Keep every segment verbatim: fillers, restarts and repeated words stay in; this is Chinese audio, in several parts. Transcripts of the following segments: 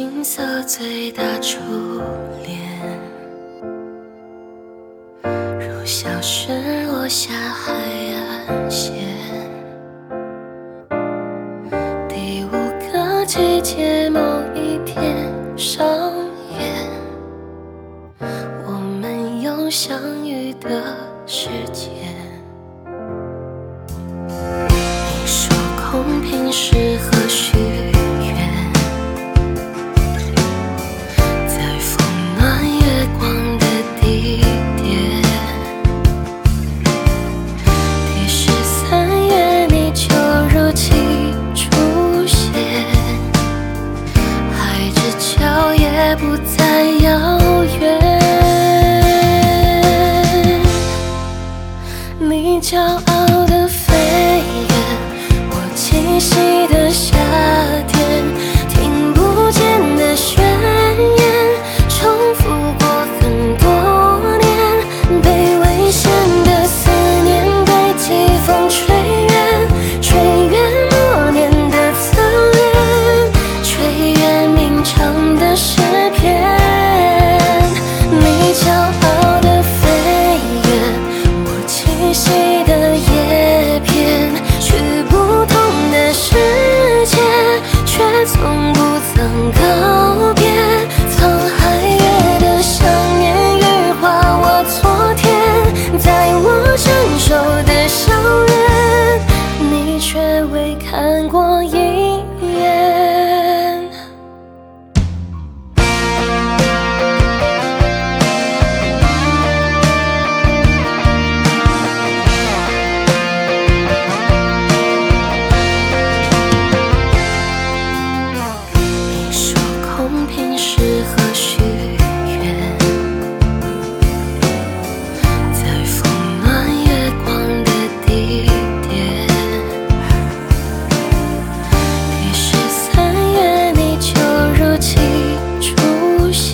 青涩最大初恋，如小石落下海岸线。第五个季节某一天上演，我们有相遇的时间。你说空瓶适合许愿，在风暖月光的地点。第十三月你就如期出现，海之角也不再遥远。你骄傲的飞远，我栖息的夏天，听不见的宣言，重复过很多年，被危险的思念被季风吹远，吹远默念的侧脸，吹远鸣唱的诗篇。你骄傲的飞远，我栖息的叶片，去不同的世界，却从不曾告别。沧海月的想念羽化我昨天，在我成熟的校园，你却未看过一眼。你说空瓶适合许愿，在风暖月光的地点。第十三月你就如期出现，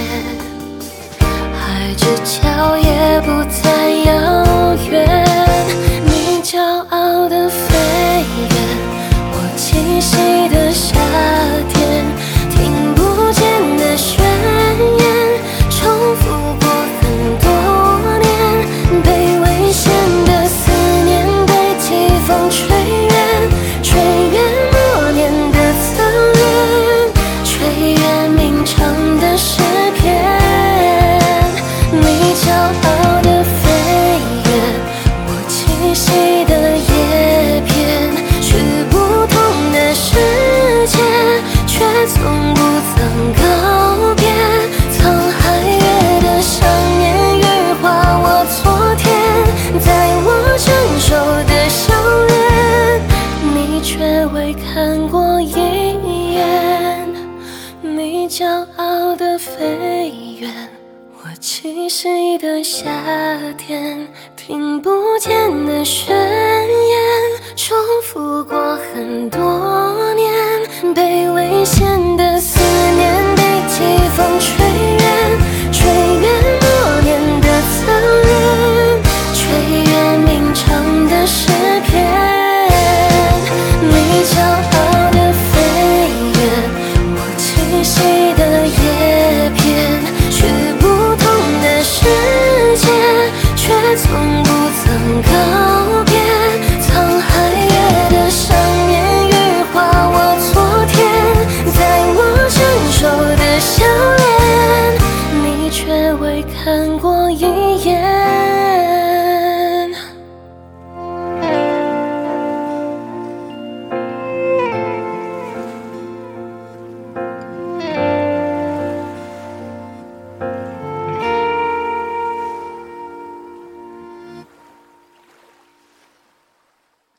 海之角也不再遥远。你骄傲的飞远，我栖息的夏天，听不见的宣言，重复过很多年，被危险的思念被季风吹远，吹远默念的侧脸，吹远鸣唱的诗篇。你骄傲的飞远，我栖息的叶片，去不同的世界，却从不曾告别。沧海月的想念羽化我昨天，在我成熟的校园，你却未看过一眼。你骄傲的飞远，我栖息的夏天，听不见的宣言，重复过很多年，被危险的思念被季风吹远，吹远默念的侧脸，吹远鸣唱的诗篇。你骄傲的飞远，我栖息的叶片，去不同的世界，却从不曾告别。沧海月的想念羽化我昨天，在我成熟的校园，你却未看过一眼。